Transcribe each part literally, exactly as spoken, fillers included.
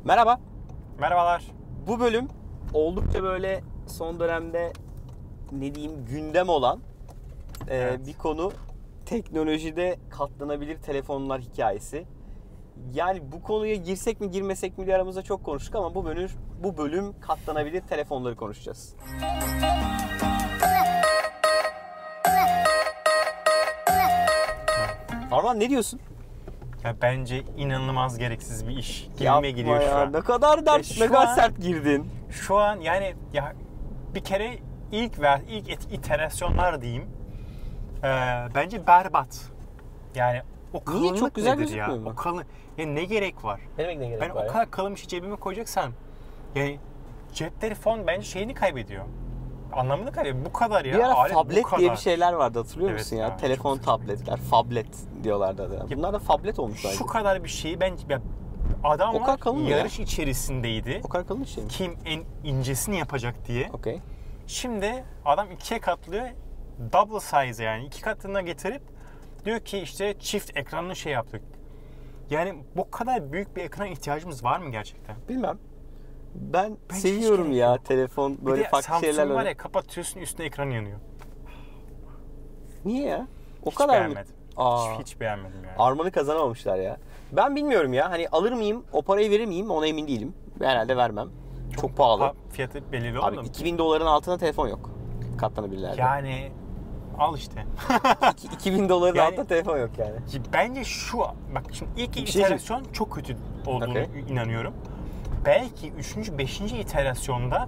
Merhaba. Merhabalar. Bu bölüm oldukça böyle son dönemde ne diyeyim gündem olan e, Evet. bir konu, teknolojide katlanabilir telefonlar hikayesi. Yani bu konuya girsek mi girmesek mi diye aramızda çok konuştuk ama bu bölüm bu bölüm katlanabilir telefonları konuşacağız. Arman ne diyorsun? Ya bence inanılmaz gereksiz bir iş. Gibime geliyor ya. şu an. Ne kadar dert, Ve ne kadar an- sert girdin. Şu an yani ya bir kere ilk ver ilk et- iterasyonlar diyeyim. Ee, bence berbat. Yani o kalınlık Niye? Çok güzel nedir gözükmüyor ya? mu? O kalın. Ya ne gerek var? Ne demek ne gerek Ben var o ya? kadar kalın bir şey cebime koyacaksam yani cep telefon bence şeyini kaybediyor. Anlamını kaybediyor. Bu kadar ya. Bir ara Alet bu fablet kadar. diye bir şeyler vardı, hatırlıyor Evet musun ya, ya? çok Telefon saçma. tabletler, fablet diyorlardı adına. Bunlar da fablet olmuş bence. Şu kadar bir şeyi ben ya adamlar O kadar kalın mı ya? yarış içerisindeydi. O kadar kalın şey mi? Kim en incesini yapacak diye. Okey. Şimdi adam ikiye katlıyor. Double size yani iki katına getirip diyor ki işte çift ekranlı şey yaptık. Yani bu kadar büyük bir ekrana ihtiyacımız var mı gerçekten? Bilmem. Ben Bence seviyorum hiç ya gerek yok. telefon Bir böyle de farklı Samsung şeylerle. var ya, kapatıyorsun üstüne ekran yanıyor. Niye ya? O Hiç kadar mı? beğenmedim. Aa, Hiç, hiç beğenmedim yani. Armanı kazanamamışlar ya. Ben bilmiyorum ya. Hani alır mıyım? O parayı verir miyim? Ona emin değilim. Herhalde vermem. Çok, pahalı. Pa- fiyatı belirli Abi oldu mu? iki bin doların altında telefon yok. Katlanabilirlerde. Yani al işte. İki- iki bin doların Yani- altında telefon yok yani. Ki bence şu, bak şimdi ilk Bir şey iterasyon çok kötü olduğunu Okay. inanıyorum. Belki üçüncü, beşinci iterasyonda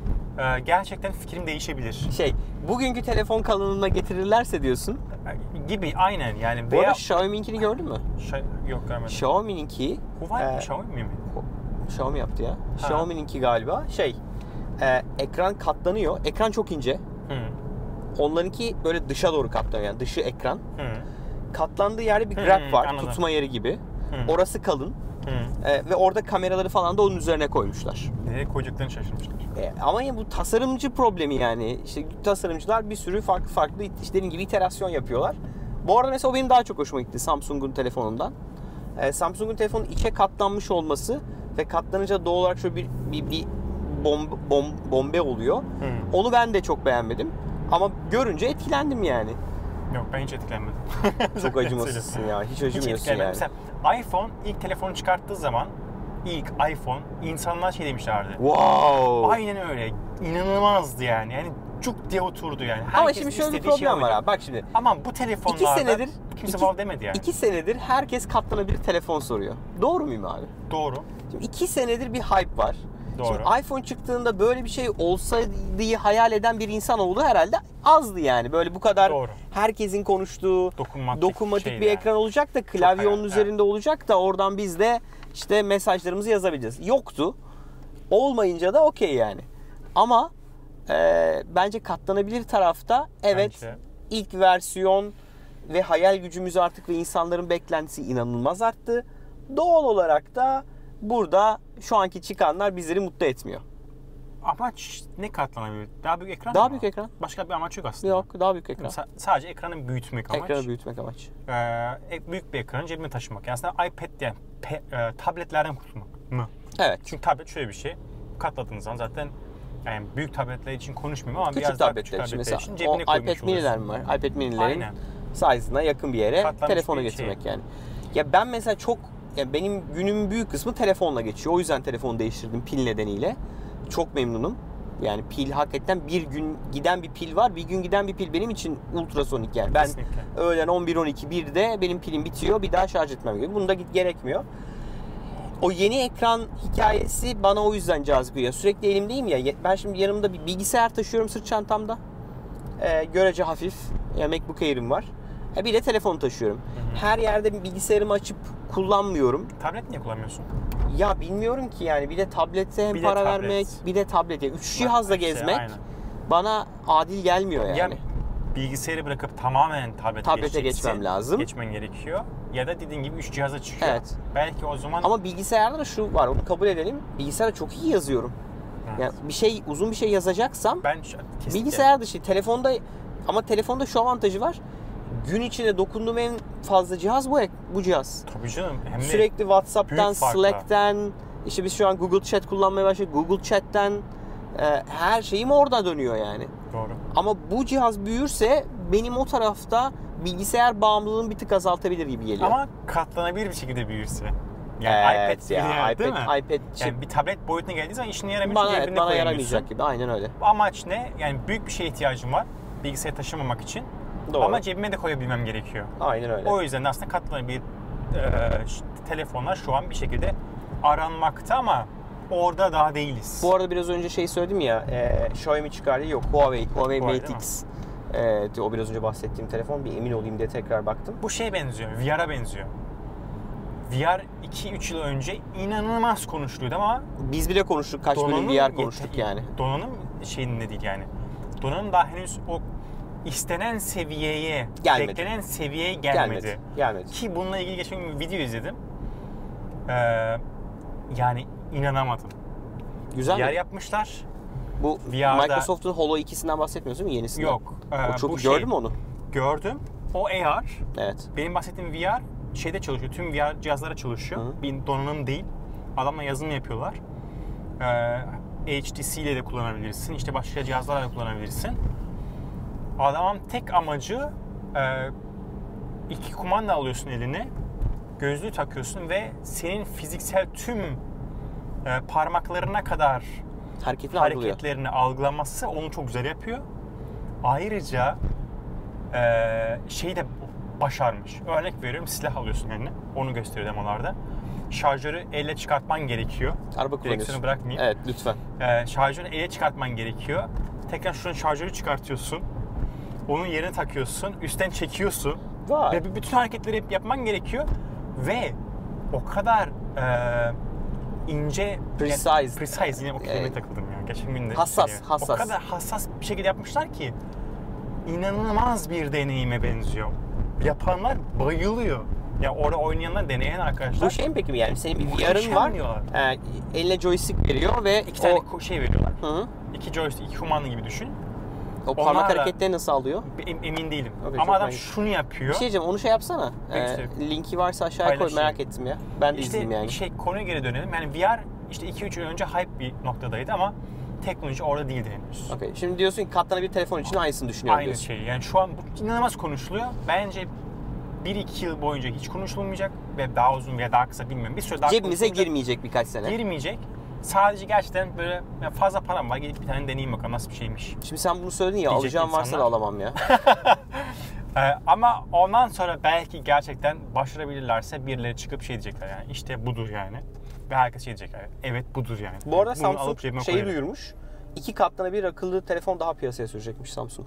e, gerçekten fikrim değişebilir. Şey, bugünkü telefon kalınlığına getirirlerse diyorsun. E, Gibi aynen yani. Bu Veya arada Xiaomi'ninkini gördün mü? şey, yok görmedim. Xiaomi'ninki Huawei mi? e, Xiaomi mi? Xiaomi yaptı ya. Xiaomi'ninki galiba şey e, ekran katlanıyor. Ekran çok ince. Hı. Onlarınki böyle dışa doğru katlanıyor. Yani dışı ekran. Hı. Katlandığı yerde bir Hı, grab var. anladım. Tutma yeri gibi. Hı. Orası kalın. Hı. E, ve orada kameraları falan da onun üzerine koymuşlar. Nereye koyacaklarını şaşırmışlar. E, ama ya bu tasarımcı problemi yani. İşte tasarımcılar bir sürü farklı farklı işte dediğim gibi iterasyon yapıyorlar. Bu arada mesela o benim daha çok hoşuma gitti Samsung'un telefonundan. Ee, Samsung'un telefonun içe katlanmış olması ve katlanınca doğal olarak şöyle bir bir, bir bom, bom, bombe oluyor. Hı. Onu ben de çok beğenmedim. Ama görünce etkilendim yani. Yok, ben hiç etkilenmedim. Çok acımasızsın ya. Hiç Hiç acımıyorsun etkilenmedim. yani. Mesela iPhone ilk telefonu çıkarttığı zaman ilk iPhone insanlar şey demişlerdi. Wow. Aynen öyle. İnanılmazdı yani. Yani cuk diye oturdu yani. Ama Herkesin şimdi şöyle bir istediği şey problem var oydu. abi. Bak şimdi. Ama bu telefonlarda İki senedir kimse iki, wow demedi yani. iki senedir herkes katlanabilir telefon soruyor. Doğru muyum abi? Doğru. Şimdi iki senedir bir hype var. Doğru. Şimdi iPhone çıktığında böyle bir şey olsaydı diye hayal eden bir insan oldu herhalde azdı yani. Böyle bu kadar Doğru. herkesin konuştuğu Dokunmatik, dokunmatik şeydi bir yani. ekran olacak da klavye hayal, onun üzerinde olacak da oradan biz de işte mesajlarımızı yazabileceğiz. Yoktu. Olmayınca da okey yani. Ama e, bence katlanabilir tarafta evet Bence. ilk versiyon ve hayal gücümüz artık ve insanların beklentisi inanılmaz arttı. Doğal olarak da burada şu anki çıkanlar bizleri mutlu etmiyor. Amaç ne katlanabilir? Daha büyük ekran Daha mı? büyük ekran. Başka bir amaç yok aslında. Yok, daha büyük ekran. Sa- sadece ekranı büyütmek amaç. Ekranı büyütmek amaç. Ee, büyük bir ekranı cebime taşımak. Yani aslında iPad yani pe- e, tabletlerden kurtulmak mı? Evet. Çünkü tablet şöyle bir şey. Katladığınız zaman zaten yani büyük tabletler için konuşmuyorum ama Küçük biraz daha tabletler küçük için tabletler mesela için o cebine koymuş iPad mini'ler mi var? iPad mini'lerin Aynen. size'ına yakın bir yere Katlanmış telefonu bir getirmek şey. yani. Ya ben mesela çok ya benim günümün büyük kısmı telefonla geçiyor. O yüzden telefonu değiştirdim pil nedeniyle. Çok memnunum. Yani pil hakikaten bir gün giden bir pil var. Bir gün giden bir pil benim için ultrasonik yani. Ben Kesinlikle. öğlen on bir on iki birde benim pilim bitiyor. Bir daha şarj etmem gerekiyor. Bunda gerekmiyor. O yeni ekran hikayesi bana o yüzden cazip geliyor. Sürekli elimdeyim ya. Ben şimdi yanımda bir bilgisayar taşıyorum sırt çantamda. Ee, görece hafif. Ya MacBook Air'im var. E bir de telefon taşıyorum. Hı hı. Her yerde bilgisayarımı açıp kullanmıyorum. Tablet niye kullanmıyorsun? Ya bilmiyorum ki yani bir de tablete hem Bir de para tablet. vermek, bir de tablete. Üç cihazla İşte, gezmek aynen. bana adil gelmiyor yani. Ya bilgisayarı bırakıp tamamen tablete, Tablete geçeceksin, geçmem lazım. Geçmen gerekiyor. Ya da dediğin gibi üç cihaza çıkıyor. Evet. Belki o zaman Ama bilgisayarda da şu var, onu kabul edelim. Bilgisayarda çok iyi yazıyorum. Evet. Yani bir şey uzun bir şey yazacaksam ben şu- kesinlikle bilgisayar dışı telefonda ama telefonda şu avantajı var. Gün içinde dokunduğum en fazla cihaz bu bu cihaz. tabii canım hem de Sürekli WhatsApp'tan, büyük farkla. Slack'ten, İşte biz şu an Google Chat kullanmaya başladık. Google Chat'ten e, her şeyim orada dönüyor yani. Doğru. Ama bu cihaz büyürse benim o tarafta bilgisayar bağımlılığını bir tık azaltabilir gibi geliyor. Ama katlanabilir bir şekilde büyürse. Yani evet, iPad ya, gibi yani, iPad, değil mi? iPad Yani bir tablet boyutuna geldiği zaman işine yaramayacak bana, yerine evet, bana koyamıyorsun. yaramayacak gibi. Aynen öyle. Amaç ne? Yani büyük bir şeye ihtiyacım var. Bilgisayarı taşımamak için. Doğru. Ama cebime de koyabilmem gerekiyor. Aynen öyle. O yüzden aslında katlanabilir e, telefonlar şu an bir şekilde aranmakta ama orada daha değiliz. Bu arada biraz önce şey söyledim ya, e, Xiaomi çıkardı. Yok, Huawei, Huawei Huawei Mate X. E, o biraz önce bahsettiğim telefon. Bir emin olayım diye tekrar baktım. Bu şeye benziyor, V R'a benziyor. V R iki üç yıl önce inanılmaz konuşuluydu ama Biz bile konuştuk, kaç bölüm V R konuştuk yani. Donanım şeyinde değil yani. Donanım daha henüz o istenen seviyeye, Gelmedi. beklenen seviyeye gelmedi. Gelmedi. Gelmedi. Ki bununla ilgili geçen gün bir video izledim. Ee, yani inanamadım. Güzel V R mi? yapmışlar. Bu V R'da Microsoft'un Holo ikisinden bahsetmiyorsun değil mi? Yenisinden. Yok. O Ee, çok bu gördün şey, mü onu? Gördüm. O A R. Evet. Benim bahsettiğim V R şeyde çalışıyor. Tüm V R cihazlara çalışıyor. Hı. Bir donanım değil. Adamla yazılım yapıyorlar. Ee, H T C ile de kullanabilirsin. İşte başka cihazlarla da kullanabilirsin. Adamın tek amacı e, iki kumanda alıyorsun eline. Gözlüğü takıyorsun ve senin fiziksel tüm e, parmaklarına kadar Hareketini algılıyor. hareketlerini algılaması onu çok güzel yapıyor. Ayrıca e, şeyi de başarmış. Örnek veriyorum, silah alıyorsun eline. Onu gösteriyor demolarda. Şarjörü elle çıkartman gerekiyor. Araba kullanıyorsun. Direksiyonu bırakmayayım. Evet, lütfen. E, şarjörü elle çıkartman gerekiyor. Tekrar şunun şarjörü çıkartıyorsun. Onun yerine takıyorsun. Üstten çekiyorsun. Vay. Ve bütün hareketleri hep yapman gerekiyor. Ve o kadar e, ince, Precise. Yani, precise yine o kelimeye Evet. takıldım ya. Geçen gün de. Hassas, şey, hassas. O kadar hassas bir şekilde yapmışlar ki inanılmaz bir deneyime benziyor. Yapanlar bayılıyor. Ya orada oynayanlar, deneyen arkadaşlar. Bu şey mi peki yani senin bir V muhteşem R'ın var, diyorlar. e, eline joystick veriyor ve İki tane o, ko- şey veriyorlar. hı hı, İki joystick, iki kumanda gibi düşün. o parmak Onlar da- hareketleri nasıl alıyor? Em- Emin değilim. Okey, Ama çok adam merak- şunu yapıyor. Bir şey diyeceğim, onu şey yapsana. E, İşte- linki varsa aşağıya koy, Paylaşayım. merak ettim ya. Ben de İşte izleyeyim yani. şey, konuya geri dönelim. Yani V R işte iki üç yıl önce hype bir noktadaydı ama teknoloji orada değildi henüz. Okey. Şimdi diyorsun ki katlanabilir telefon için aynısını düşünüyorum Aynı diyorsun. şey. Yani şu an bu inanılmaz konuşuluyor. Bence bir iki yıl boyunca hiç konuşulmayacak ve daha uzun veya daha kısa bilmiyorum. Bir süre daha Cebimize konuşulmayacak. girmeyecek birkaç sene. Girmeyecek. Sadece gerçekten böyle ya fazla param var, gidip bir tane deneyeyim bakalım nasıl bir şeymiş. Şimdi sen bunu söyledin ya, Diyecek alacağım varsa da insanlar. alamam ya. Ee, ama ondan sonra belki gerçekten başarabilirlerse birileri çıkıp şey diyecekler yani işte budur yani. Ve herkes şey diyecekler. Evet budur yani. Bu arada Bunu alıp Samsung cebime şeyi koyarım. duyurmuş. İki katlanabilir akıllı telefon daha piyasaya sürecekmiş Samsung.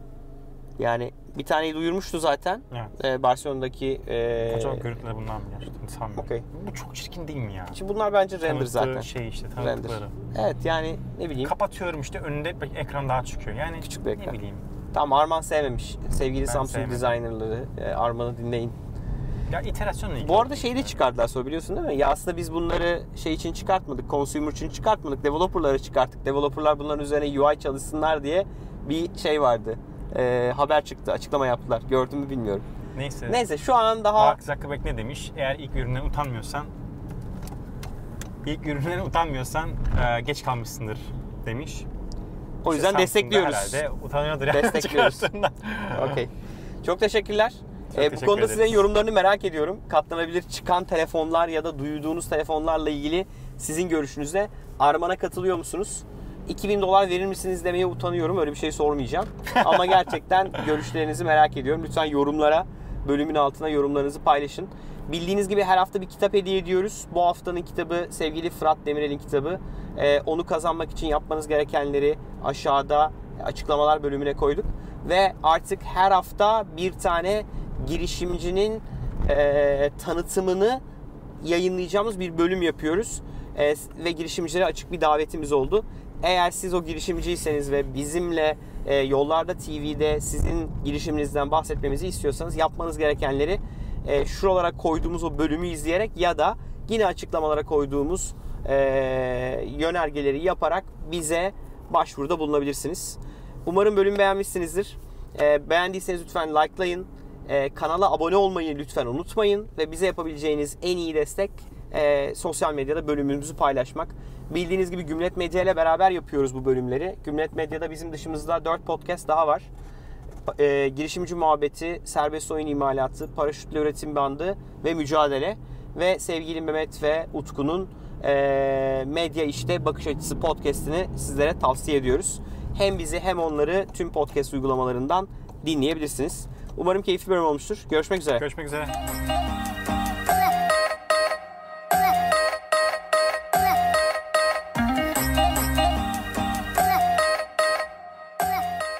Yani bir taneyi duyurmuştu zaten. Evet. Ee, Barcelona'daki... E, Acaba görüntüler bundan mı gerçekten sanmıyorum. Okey. Bu çok çirkin değil mi ya? Şimdi bunlar bence render Tanıttığı zaten. şey işte Render. tanıttıkları. Evet yani ne bileyim. Kapatıyorum işte önünde bak, ekran daha çıkıyor. Yani Küçük bir ekran. ne bileyim. Tamam, Arman sevmemiş. Sevgili Ben Samsung sevmedim. designerları, e, Arman'ı dinleyin. Ya iterasyonla ilgili. Bu arada şeyi de çıkardılar sonra, biliyorsun değil mi? Ya aslında biz bunları şey için çıkartmadık, consumer için çıkartmadık, developerları çıkarttık. Developerlar bunların üzerine U I çalışsınlar diye bir şey vardı. E, haber çıktı, açıklama yaptılar. Gördün mü bilmiyorum. Neyse. Neyse şu an daha... Mark Zuckerberg ne demiş? Eğer ilk üründen utanmıyorsan ilk üründen utanmıyorsan e, geç kalmışsındır demiş. O yüzden İşte destekliyoruz. Samsung da herhalde utanıyordur yani Destekliyoruz. çıkarttığından. Okey. Çok teşekkürler. Çok Ee, bu teşekkür konuda ederiz. sizin yorumlarını merak ediyorum. Katlanabilir çıkan telefonlar ya da duyduğunuz telefonlarla ilgili sizin görüşünüzde. Arman'a katılıyor musunuz? iki bin dolar verir misiniz demeye utanıyorum. Öyle bir şey sormayacağım. Ama gerçekten görüşlerinizi merak ediyorum. Lütfen yorumlara, bölümün altına yorumlarınızı paylaşın. Bildiğiniz gibi her hafta bir kitap hediye ediyoruz. Bu haftanın kitabı sevgili Fırat Demirel'in kitabı. Ee, onu kazanmak için yapmanız gerekenleri aşağıda açıklamalar bölümüne koyduk. Ve artık her hafta bir tane girişimcinin e, tanıtımını yayınlayacağımız bir bölüm yapıyoruz. E, ve girişimcilere açık bir davetimiz oldu. Eğer siz o girişimciyseniz ve bizimle e, Yollarda T V'de sizin girişiminizden bahsetmemizi istiyorsanız yapmanız gerekenleri e, şuralara koyduğumuz o bölümü izleyerek ya da yine açıklamalara koyduğumuz e, yönergeleri yaparak bize başvuruda bulunabilirsiniz. Umarım bölümü beğenmişsinizdir. E, beğendiyseniz lütfen likelayın. E, kanala abone olmayı lütfen unutmayın. Ve bize yapabileceğiniz en iyi destek e, sosyal medyada bölümümüzü paylaşmak. Bildiğiniz gibi Gümlet Medya ile beraber yapıyoruz bu bölümleri. Gümlet Medya'da bizim dışımızda dört podcast daha var. E, girişimci muhabbeti, serbest oyun imalatı, paraşütle üretim bandı ve mücadele. Ve sevgili Mehmet ve Utku'nun e, Medya İşte Bakış Açısı podcast'ini sizlere tavsiye ediyoruz. Hem bizi hem onları tüm podcast uygulamalarından dinleyebilirsiniz. Umarım keyifli bir bölüm olmuştur. Görüşmek üzere. Görüşmek üzere.